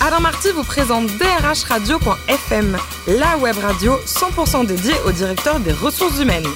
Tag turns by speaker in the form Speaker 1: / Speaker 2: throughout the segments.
Speaker 1: Alain Marty vous présente drhradio.fm, la web radio 100% dédiée au directeur des ressources humaines.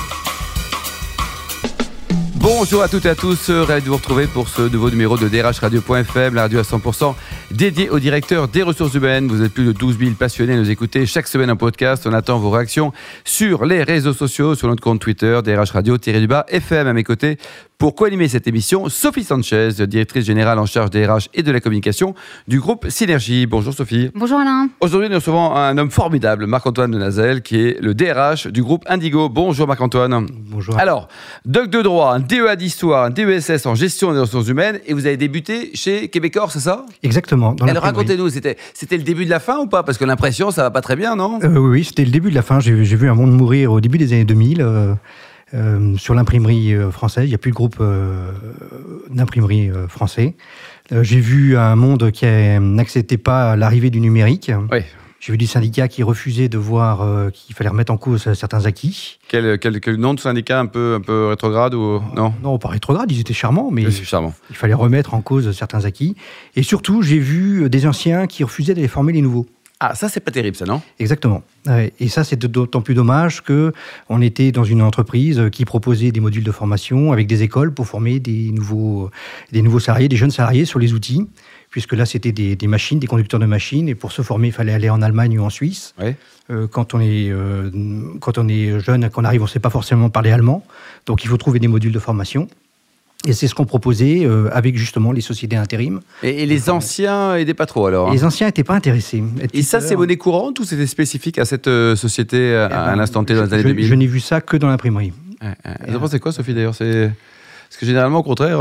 Speaker 2: Bonjour à toutes et à tous, ravi de vous retrouver pour ce nouveau numéro de drhradio.fm, la radio à 100% dédiée au directeur des ressources humaines. Vous êtes plus de 12 000 passionnés à nous écouter chaque semaine en podcast. On attend vos réactions sur les réseaux sociaux, sur notre compte Twitter, drhradio-FM. À mes côtés, pour co-animer cette émission, Sophie Sanchez, directrice générale en charge des RH et de la communication du groupe Synergie. Bonjour Sophie.
Speaker 3: Bonjour Alain.
Speaker 2: Aujourd'hui, nous recevons un homme formidable, Marc-Antoine de Nazel, qui est le DRH du groupe Indigo. Bonjour Marc-Antoine.
Speaker 4: Bonjour.
Speaker 2: Alors, doc de droit, un DEA d'histoire, un DESS en gestion des ressources humaines, et vous avez débuté chez Québecor, c'est ça ?
Speaker 4: Exactement.
Speaker 2: Alors racontez-nous, c'était le début de la fin ou pas ? Parce que l'impression, ça va pas très bien, non ?
Speaker 4: Oui, c'était le début de la fin. J'ai vu un monde mourir au début des années 2000. Sur l'imprimerie française, il n'y a plus de groupe d'imprimerie français. J'ai vu un monde qui n'acceptait pas l'arrivée du numérique.
Speaker 2: Oui.
Speaker 4: J'ai vu des syndicats qui refusaient de voir qu'il fallait remettre en cause certains acquis.
Speaker 2: Quel nom de syndicat un peu rétrograde ou non ?
Speaker 4: Non, pas rétrograde, ils étaient charmants, mais
Speaker 2: c'est charmant.
Speaker 4: Il fallait remettre en cause certains acquis. Et surtout, j'ai vu des anciens qui refusaient d'aller former les nouveaux.
Speaker 2: Ah, ça, c'est pas terrible, ça, non ?
Speaker 4: Exactement. Et ça, c'est d'autant plus dommage qu'on était dans une entreprise qui proposait des modules de formation avec des écoles pour former des nouveaux salariés, des jeunes salariés sur les outils, puisque là, c'était des machines, des conducteurs de machines, et pour se former, il fallait aller en Allemagne ou en Suisse.
Speaker 2: Ouais.
Speaker 4: Quand on est jeune, qu'on arrive, on ne sait pas forcément parler allemand, donc il faut trouver des modules de formation. Et c'est ce qu'on proposait avec justement les sociétés intérim.
Speaker 2: Et les anciens n'aidaient pas trop alors ?
Speaker 4: Les anciens n'étaient pas intéressés.
Speaker 2: Et ça, c'est monnaie courante ou c'était spécifique à cette société à l'instant T dans les années 2000 ?
Speaker 4: Je n'ai vu ça que dans l'imprimerie.
Speaker 2: Vous pensez quoi, Sophie, d'ailleurs ? Parce que généralement, au contraire,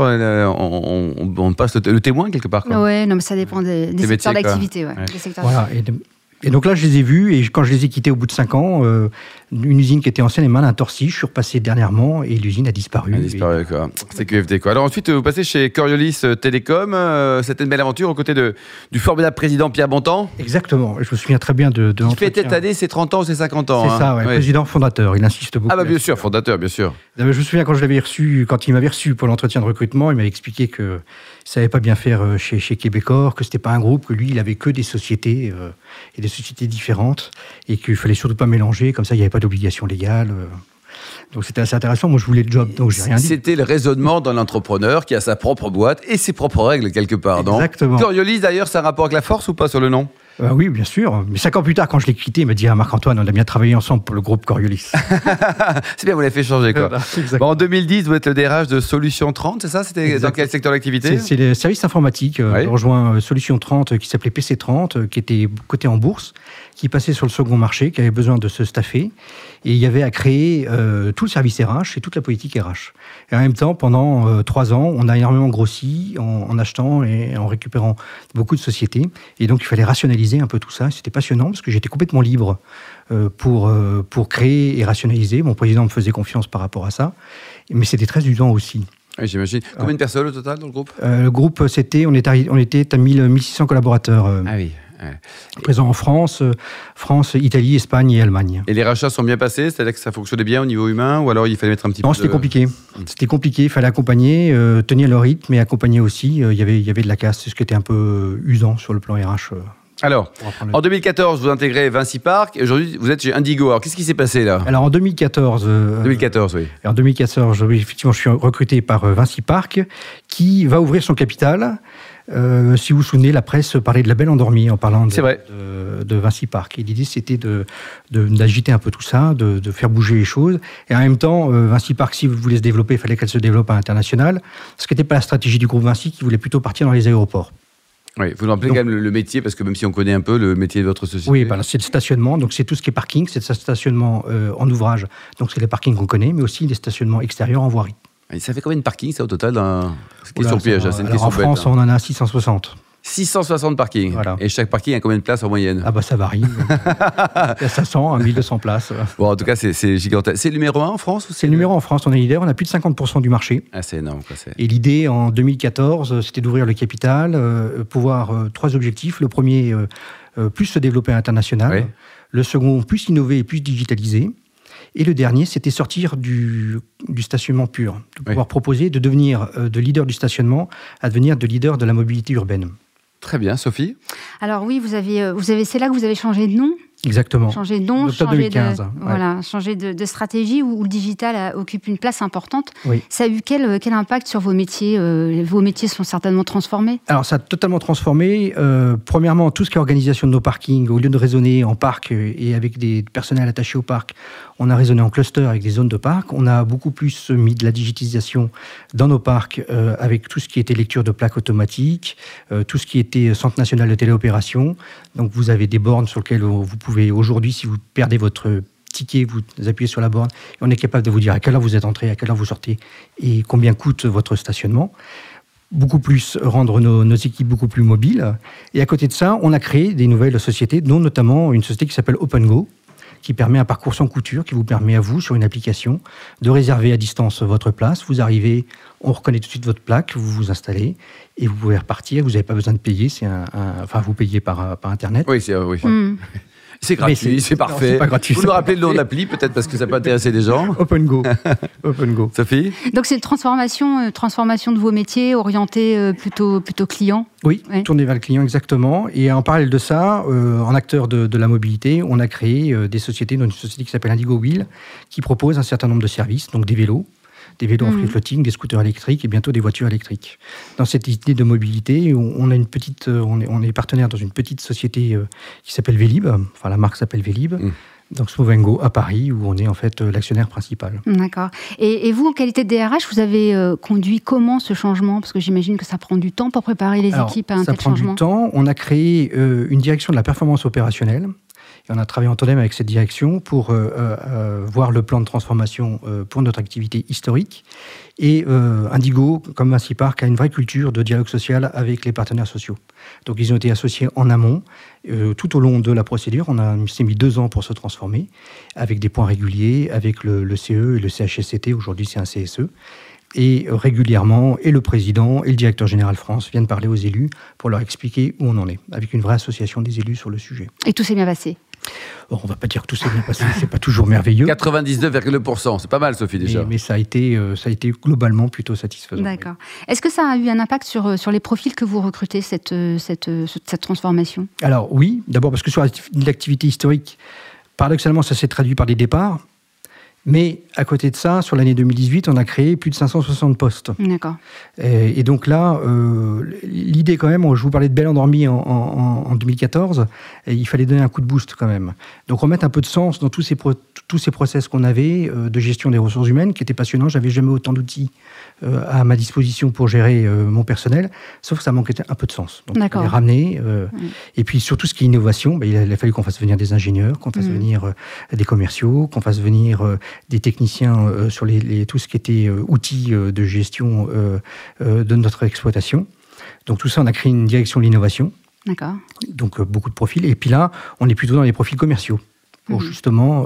Speaker 2: on passe le témoin quelque part.
Speaker 3: Oui, non, mais ça dépend des secteurs d'activité. Ouais. Des secteurs
Speaker 4: voilà. Et donc là, je les ai vus, et quand je les ai quittés au bout de 5 ans, une usine qui était ancienne et mal à Torcy, je suis repassé dernièrement, et l'usine a disparu.
Speaker 2: Quoi. C'est QFD, quoi. Alors ensuite, vous passez chez Coriolis Télécom, c'était une belle aventure aux côtés du formidable président Pierre Bontemps.
Speaker 4: Exactement, je me souviens très bien de
Speaker 2: il fait cette année ses 30 ans ou ses 50 ans.
Speaker 4: C'est ça, ouais. Président fondateur, il insiste beaucoup.
Speaker 2: Ah bah bien sûr, fondateur, bien sûr.
Speaker 4: Je me souviens quand il m'avait reçu pour l'entretien de recrutement, il m'avait expliqué que ça savait pas bien faire chez Québecor, que c'était pas un groupe, que lui, il avait que des sociétés et des sociétés différentes, et qu'il fallait surtout pas mélanger, comme ça il n'y avait pas d'obligation légale. Donc c'était assez intéressant, moi je voulais le job, donc j'ai rien dit.
Speaker 2: C'était le raisonnement d'un entrepreneur qui a sa propre boîte et ses propres règles quelque part, non ?
Speaker 4: Exactement.
Speaker 2: Coriolis d'ailleurs, c'est un rapport avec la force ou pas sur le nom ?
Speaker 4: Oui, bien sûr. Mais 5 ans plus tard, quand je l'ai quitté, il m'a dit Marc-Antoine, on a bien travaillé ensemble pour le groupe Coriolis.
Speaker 2: C'est bien, vous l'avez fait changer, quoi.
Speaker 4: Bon,
Speaker 2: en 2010, vous êtes le DRH de Solution 30, c'est ça ? C'était dans quel secteur d'activité ?
Speaker 4: C'est les services informatiques. J'ai rejoint Solution 30, qui s'appelait PC 30, qui était coté en bourse, qui passait sur le second marché, qui avait besoin de se staffer. Et il y avait à créer tout le service RH et toute la politique RH. Et en même temps, pendant 3 ans, on a énormément grossi en achetant et en récupérant beaucoup de sociétés. Et donc, il fallait rationaliser un peu tout ça. C'était passionnant parce que j'étais complètement libre pour créer et rationaliser. Mon président me faisait confiance par rapport à ça. Mais c'était très usant aussi.
Speaker 2: Oui, j'imagine. Combien de personnes au total dans le groupe ?
Speaker 4: Le groupe, on était à 1600 collaborateurs.
Speaker 2: Ah oui.
Speaker 4: Présents en France, Italie, Espagne et Allemagne.
Speaker 2: Et les rachats sont bien passés ? C'est-à-dire que ça fonctionnait bien au niveau humain ou alors il fallait mettre un petit peu
Speaker 4: Non, c'était compliqué. C'était compliqué, il fallait accompagner, tenir le rythme, mais accompagner aussi. Il y avait de la casse, c'est ce qui était un peu usant sur le plan RH.
Speaker 2: Alors, en 2014, vous intégrez Vinci Park et aujourd'hui, vous êtes chez Indigo. Alors, qu'est-ce qui s'est passé là ?
Speaker 4: Alors, en 2014...
Speaker 2: 2014, oui.
Speaker 4: En 2014, effectivement, je suis recruté par Vinci Park qui va ouvrir son capital. Si vous vous souvenez, la presse parlait de la Belle Endormie en parlant de Vinci Park. Et l'idée, c'était d'agiter un peu tout ça, de faire bouger les choses. Et en même temps, Vinci Park, si vous voulez se développer, il fallait qu'elle se développe à l'international. Ce qui n'était pas la stratégie du groupe Vinci, qui voulait plutôt partir dans les aéroports.
Speaker 2: Oui, vous nous rappelez quand même le métier, parce que même si on connaît un peu le métier de votre société.
Speaker 4: Oui, c'est le stationnement, donc c'est tout ce qui est parking, c'est le stationnement en ouvrage, donc c'est les parkings qu'on connaît, mais aussi les stationnements extérieurs en voirie.
Speaker 2: Et ça fait combien de parkings, ça, au total c'est une question piège, c'est une question
Speaker 4: en France, on en a 660.
Speaker 2: 660 parkings.
Speaker 4: Voilà.
Speaker 2: Et chaque parking a combien de places en moyenne ?
Speaker 4: Ah bah ça varie. Il y a 500 à 1200 places.
Speaker 2: Bon, en tout cas, c'est gigantesque. C'est le numéro 1 en France ou
Speaker 4: c'est le numéro 1 en France, on est leader, on a plus de 50% du marché.
Speaker 2: Ah, c'est énorme.
Speaker 4: Et l'idée, en 2014, c'était d'ouvrir le capital, pouvoir 3 objectifs. Le premier, plus se développer à l'international.
Speaker 2: Oui.
Speaker 4: Le second, plus innover et plus digitaliser. Et le dernier, c'était sortir du stationnement pur. De pouvoir proposer de devenir de leader du stationnement à devenir de leader de la mobilité urbaine.
Speaker 2: Très bien, Sophie.
Speaker 3: Alors oui, c'est là que vous avez changé de nom.
Speaker 4: Exactement.
Speaker 3: Changer de nom,
Speaker 4: changer 2015,
Speaker 3: changer de stratégie où le digital occupe une place importante.
Speaker 4: Oui.
Speaker 3: Ça a eu quel impact sur vos métiers ? Vos métiers sont certainement transformés.
Speaker 4: Alors ça a totalement transformé. Premièrement, tout ce qui est organisation de nos parkings, au lieu de raisonner en parc et avec des personnels attachés au parc, on a raisonné en cluster avec des zones de parc. On a beaucoup plus mis de la digitalisation dans nos parcs avec tout ce qui était lecture de plaques automatiques, tout ce qui était centre national de téléopération. Donc vous avez des bornes sur lesquelles vous pouvez aujourd'hui, si vous perdez votre ticket, vous appuyez sur la borne et on est capable de vous dire à quelle heure vous êtes entré, à quelle heure vous sortez et combien coûte votre stationnement. Beaucoup plus, rendre nos équipes beaucoup plus mobiles. Et à côté de ça, on a créé des nouvelles sociétés, dont notamment une société qui s'appelle OpenGo, qui permet un parcours sans couture, qui vous permet à vous, sur une application, de réserver à distance votre place. Vous arrivez, on reconnaît tout de suite votre plaque, vous vous installez et vous pouvez repartir. Vous n'avez pas besoin de payer, vous payez par Internet.
Speaker 2: Oui, c'est gratuit, c'est parfait.
Speaker 4: Non, c'est pas gratuit,
Speaker 2: vous nous rappelez le nom de l'appli, peut-être parce que ça peut intéresser des gens.
Speaker 4: OpenGo.
Speaker 2: Sophie ?
Speaker 3: Donc c'est une transformation de vos métiers orientés plutôt client.
Speaker 4: Oui, tourné vers le client, exactement. Et en parallèle de ça, en acteur de la mobilité, on a créé des sociétés, dont une société qui s'appelle Indigo Wheel, qui propose un certain nombre de services, donc des vélos en free floating, des scooters électriques et bientôt des voitures électriques. Dans cette idée de mobilité, on est partenaire dans une petite société qui s'appelle Vélib, la marque s'appelle Vélib, donc Move & Go à Paris, où on est en fait l'actionnaire principal.
Speaker 3: D'accord. Et vous, en qualité de DRH, vous avez conduit comment ce changement ? Parce que j'imagine que ça prend du temps pour préparer les équipes à un tel changement.
Speaker 4: Ça prend du temps. On a créé une direction de la performance opérationnelle. Et on a travaillé en tandem avec cette direction pour voir le plan de transformation pour notre activité historique. Et Indigo, comme Vinci Park, a une vraie culture de dialogue social avec les partenaires sociaux. Donc ils ont été associés en amont, tout au long de la procédure. On s'est mis 2 ans pour se transformer, avec des points réguliers, avec le CE et le CHSCT, aujourd'hui c'est un CSE. Et régulièrement, et le président et le directeur général France viennent parler aux élus pour leur expliquer où on en est, avec une vraie association des élus sur le sujet.
Speaker 3: Et tout s'est bien passé ?
Speaker 4: Bon, on ne va pas dire que tout s'est bien passé, c'est pas toujours merveilleux.
Speaker 2: 99,2%, c'est pas mal, Sophie, déjà.
Speaker 4: Mais ça a été globalement plutôt satisfaisant.
Speaker 3: D'accord. Oui. Est-ce que ça a eu un impact sur les profils que vous recrutez, cette transformation ?
Speaker 4: Alors oui, d'abord parce que sur l'activité historique, paradoxalement, ça s'est traduit par des départs. Mais à côté de ça, sur l'année 2018, on a créé plus de 560 postes.
Speaker 3: D'accord.
Speaker 4: Et donc là, l'idée quand même, je vous parlais de Belle Endormie en 2014, et il fallait donner un coup de boost quand même. Donc remettre un peu de sens dans tous ces process qu'on avait de gestion des ressources humaines, qui étaient passionnants. J'avais jamais autant d'outils à ma disposition pour gérer mon personnel, sauf que ça manquait un peu de sens. Donc il fallait ramener. Et puis surtout ce qui est innovation, il a fallu qu'on fasse venir des ingénieurs, qu'on fasse venir des commerciaux, qu'on fasse venir des techniciens sur tout ce qui était outils de gestion de notre exploitation. Donc tout ça, on a créé une direction de l'innovation.
Speaker 3: D'accord.
Speaker 4: Donc beaucoup de profils. Et puis là, on est plutôt dans les profils commerciaux pour justement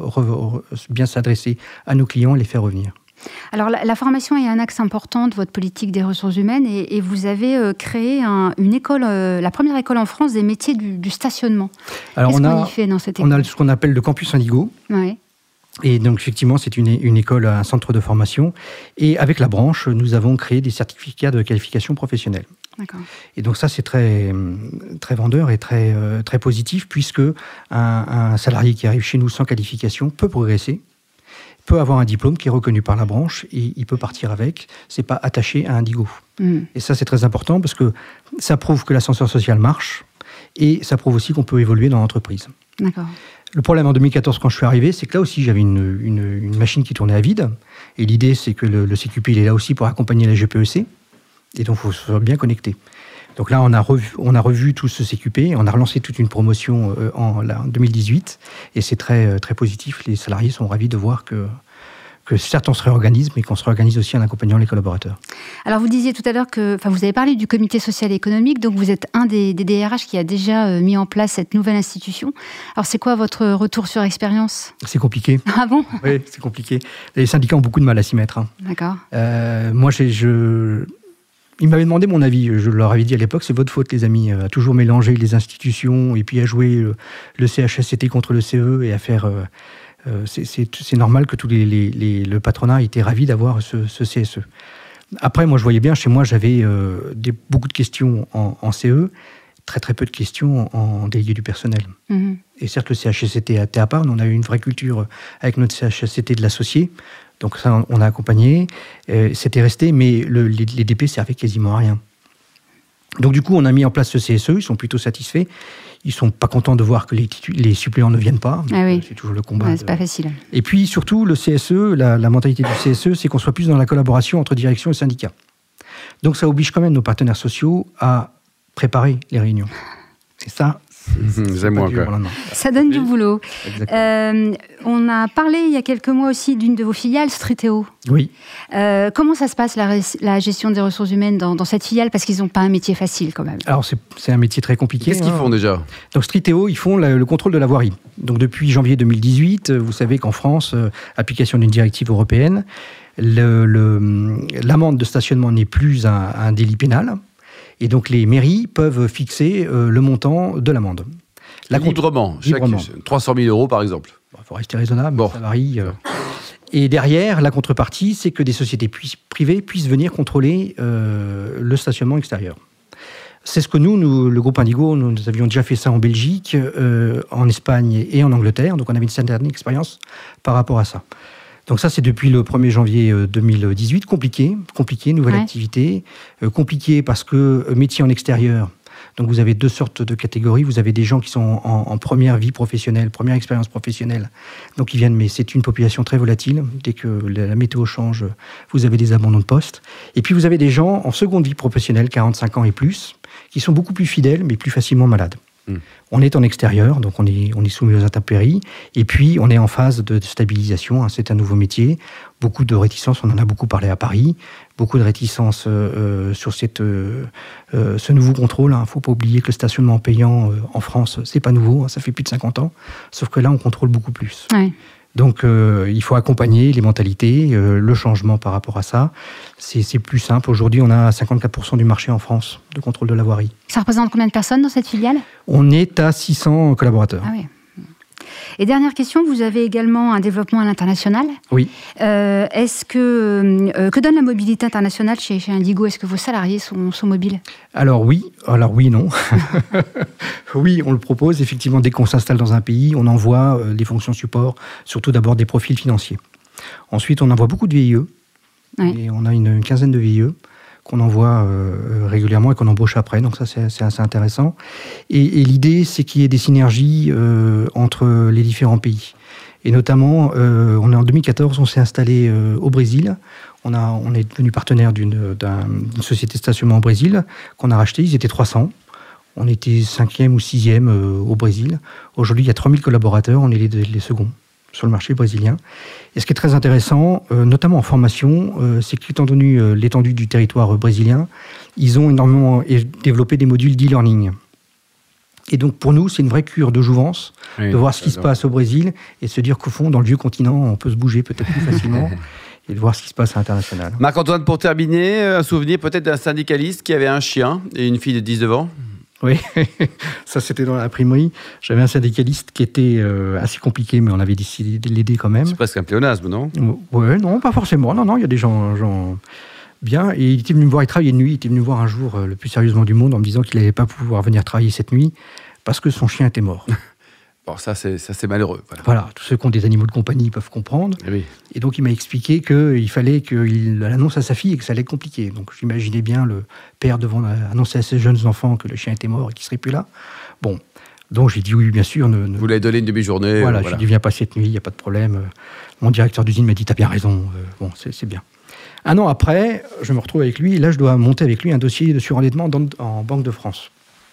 Speaker 4: bien s'adresser à nos clients et les faire revenir.
Speaker 3: Alors la formation est un axe important de votre politique des ressources humaines et vous avez créé une école, la première école en France des métiers du stationnement.
Speaker 4: Alors
Speaker 3: Qu'est-ce qu'on y fait dans cette école ?
Speaker 4: On a ce qu'on appelle le campus Indigo.
Speaker 3: Oui.
Speaker 4: Et donc, effectivement, c'est une école, un centre de formation. Et avec la branche, nous avons créé des certificats de qualification professionnelle.
Speaker 3: D'accord.
Speaker 4: Et donc ça, c'est très, très vendeur et très, très positif, puisque un salarié qui arrive chez nous sans qualification peut progresser, peut avoir un diplôme qui est reconnu par la branche et il peut partir avec. C'est pas attaché à Indigo. Et ça, c'est très important parce que ça prouve que l'ascenseur social marche et ça prouve aussi qu'on peut évoluer dans l'entreprise.
Speaker 3: D'accord.
Speaker 4: Le problème en 2014, quand je suis arrivé, c'est que là aussi, j'avais une machine qui tournait à vide. Et l'idée, c'est que le CQP, il est là aussi pour accompagner la GPEC. Et donc, il faut se bien connecter. Donc là, on a revu tout ce CQP. On a relancé toute une promotion en 2018. Et c'est très, très positif. Les salariés sont ravis de voir que certes, on se réorganise, mais qu'on se réorganise aussi en accompagnant les collaborateurs.
Speaker 3: Alors, vous disiez tout à l'heure vous avez parlé du comité social et économique, donc vous êtes un des DRH qui a déjà mis en place cette nouvelle institution. Alors, c'est quoi votre retour sur expérience ?
Speaker 4: C'est compliqué.
Speaker 3: Ah bon ?
Speaker 4: Oui, c'est compliqué. Les syndicats ont beaucoup de mal à s'y mettre.
Speaker 3: D'accord.
Speaker 4: Moi, ils m'avaient demandé mon avis. Je leur avais dit à l'époque, c'est votre faute, les amis, à toujours mélanger les institutions et puis à jouer le CHSCT contre le CE et à faire... C'est normal que le patronat était ravi d'avoir ce CSE. Après, moi, je voyais bien, chez moi, j'avais beaucoup de questions en CE, très très peu de questions en délégué du personnel. Et certes, le CHSCT était à part, mais on a eu une vraie culture avec notre CHSCT de l'associé. Donc ça, on a accompagné. C'était resté, mais les DP servaient quasiment à rien. Donc du coup, on a mis en place ce CSE. Ils sont plutôt satisfaits. Ils sont pas contents de voir que les suppléants ne viennent pas. C'est toujours le combat.
Speaker 3: C'est pas facile.
Speaker 4: Et puis surtout, le CSE, la mentalité du CSE, c'est qu'on soit plus dans la collaboration entre direction et syndicats. Donc ça oblige quand même nos partenaires sociaux à préparer les réunions. Et ça,
Speaker 2: j'aime moins quoi.
Speaker 3: Ça donne du boulot. On a parlé il y a quelques mois aussi d'une de vos filiales, Striteo.
Speaker 4: Oui.
Speaker 3: Comment ça se passe la gestion des ressources humaines dans cette filiale, parce qu'ils n'ont pas un métier facile quand même.
Speaker 4: Alors c'est un métier très compliqué.
Speaker 2: Qu'est-ce qu'ils font déjà?
Speaker 4: Donc Striteo, ils font le contrôle de la voirie. Donc depuis janvier 2018, vous savez qu'en France, application d'une directive européenne, l'amende de stationnement n'est plus un délit pénal. Et donc, les mairies peuvent fixer le montant de l'amende.
Speaker 2: Librement. 300 000 euros, par exemple.
Speaker 4: Il faut rester raisonnable, ça varie. Et derrière, la contrepartie, c'est que des sociétés privées puissent venir contrôler le stationnement extérieur. C'est ce que nous, le groupe Indigo, nous avions déjà fait ça en Belgique, en Espagne et en Angleterre. Donc, on avait une certaine expérience par rapport à ça. Donc ça, c'est depuis le 1er janvier 2018. Compliqué, nouvelle activité. Compliqué parce que métier en extérieur. Donc vous avez deux sortes de catégories. Vous avez des gens qui sont en première vie professionnelle, première expérience professionnelle. Donc ils viennent, mais c'est une population très volatile. Dès que la météo change, vous avez des abandons de poste. Et puis vous avez des gens en seconde vie professionnelle, 45 ans et plus, qui sont beaucoup plus fidèles, mais plus facilement malades. On est en extérieur, donc on est soumis aux intempéries, et puis on est en phase de stabilisation. C'est un nouveau métier. Beaucoup de réticences, on en a beaucoup parlé à Paris. Beaucoup de réticences sur ce nouveau contrôle. Il ne faut pas oublier que le stationnement payant en France, c'est pas nouveau. Ça fait plus de 50 ans. Sauf que là, on contrôle beaucoup plus.
Speaker 3: Ouais.
Speaker 4: Donc, il faut accompagner les mentalités, le changement par rapport à ça. C'est plus simple. Aujourd'hui, on a 54% du marché en France de contrôle de la voirie.
Speaker 3: Ça représente combien de personnes dans cette filiale?
Speaker 4: On est à 600 collaborateurs.
Speaker 3: Ah oui. Et dernière question, vous avez également un développement à l'international.
Speaker 4: Oui.
Speaker 3: Que donne la mobilité internationale chez Indigo? Est-ce que vos salariés sont mobiles?
Speaker 4: Alors oui, non. Oui, on le propose. Effectivement, dès qu'on s'installe dans un pays, on envoie des fonctions support, surtout d'abord des profils financiers. Ensuite, on envoie beaucoup de VIE. Oui. Et on a une quinzaine de VIE qu'on envoie régulièrement et qu'on embauche après. Donc ça, c'est assez intéressant. Et l'idée, c'est qu'il y ait des synergies entre les différents pays. Et notamment, en 2014, on s'est installé au Brésil. On est devenu partenaire d'une société de stationnement au Brésil qu'on a racheté. Ils étaient 300. On était 5e ou 6e au Brésil. Aujourd'hui, il y a 3000 collaborateurs. On est les seconds sur le marché brésilien. Et ce qui est très intéressant, notamment en formation, c'est qu'étant donné l'étendue du territoire brésilien, ils ont énormément développé des modules d'e-learning. Et donc pour nous, c'est une vraie cure de jouvence de voir ce qui se passe au Brésil et de se dire qu'au fond, dans le vieux continent, on peut se bouger peut-être plus facilement et de voir ce qui se passe à l'international.
Speaker 2: Marc-Antoine, pour terminer, un souvenir peut-être d'un syndicaliste qui avait un chien et une fille de 19 ans?
Speaker 4: Oui, ça c'était dans l'imprimerie. J'avais un syndicaliste qui était assez compliqué, mais on avait décidé de l'aider quand même.
Speaker 2: C'est presque un pléonasme, non?
Speaker 4: Ouais, non, pas forcément. Non, il y a des gens bien. Et il était venu me voir, il travaillait de nuit. Il était venu me voir un jour, le plus sérieusement du monde, en me disant qu'il n'allait pas pouvoir venir travailler cette nuit parce que son chien était mort.
Speaker 2: Bon, ça c'est malheureux.
Speaker 4: Voilà, tous ceux qui ont des animaux de compagnie peuvent comprendre.
Speaker 2: Oui.
Speaker 4: Et donc il m'a expliqué qu'il fallait qu'il l'annonce à sa fille et que ça allait être compliqué. Donc j'imaginais bien le père devant annoncer à ses jeunes enfants que le chien était mort et qu'il ne serait plus là. Bon, donc j'ai dit oui, bien sûr.
Speaker 2: Vous l'avez donné une demi-journée.
Speaker 4: Voilà, j'ai dit viens pas cette nuit, il n'y a pas de problème. Mon directeur d'usine m'a dit t'as bien raison. Bon, c'est bien. Un an après, je me retrouve avec lui et là je dois monter avec lui un dossier de surendettement en Banque de France.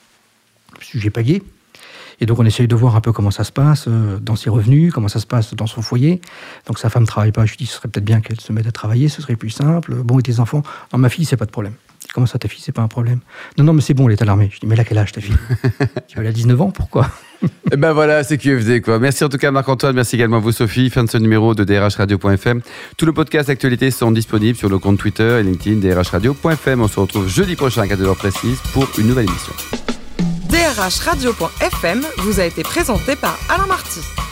Speaker 4: Sujet payé. Et donc, on essaye de voir un peu comment ça se passe dans ses revenus, comment ça se passe dans son foyer. Donc, sa femme ne travaille pas. Je lui dis, ce serait peut-être bien qu'elle se mette à travailler, ce serait plus simple. Bon, et tes enfants? Non, ma fille, c'est pas de problème. Comment ça, ta fille, c'est pas un problème? Non, mais c'est bon, elle est à l'armée. Je dis, mais là, quel âge ta fille? Elle a 19 ans, pourquoi?
Speaker 2: Et ben voilà, c'est QFD, quoi. Merci en tout cas, Marc-Antoine. Merci également à vous, Sophie. Fin de ce numéro de DRHradio.fm. Tous nos podcasts d'actualité sont disponibles sur le compte Twitter et LinkedIn DRHradio.fm. On se retrouve jeudi prochain à 4h précise pour une nouvelle émission.
Speaker 1: DRHradio.fm vous a été présenté par Alain Marty.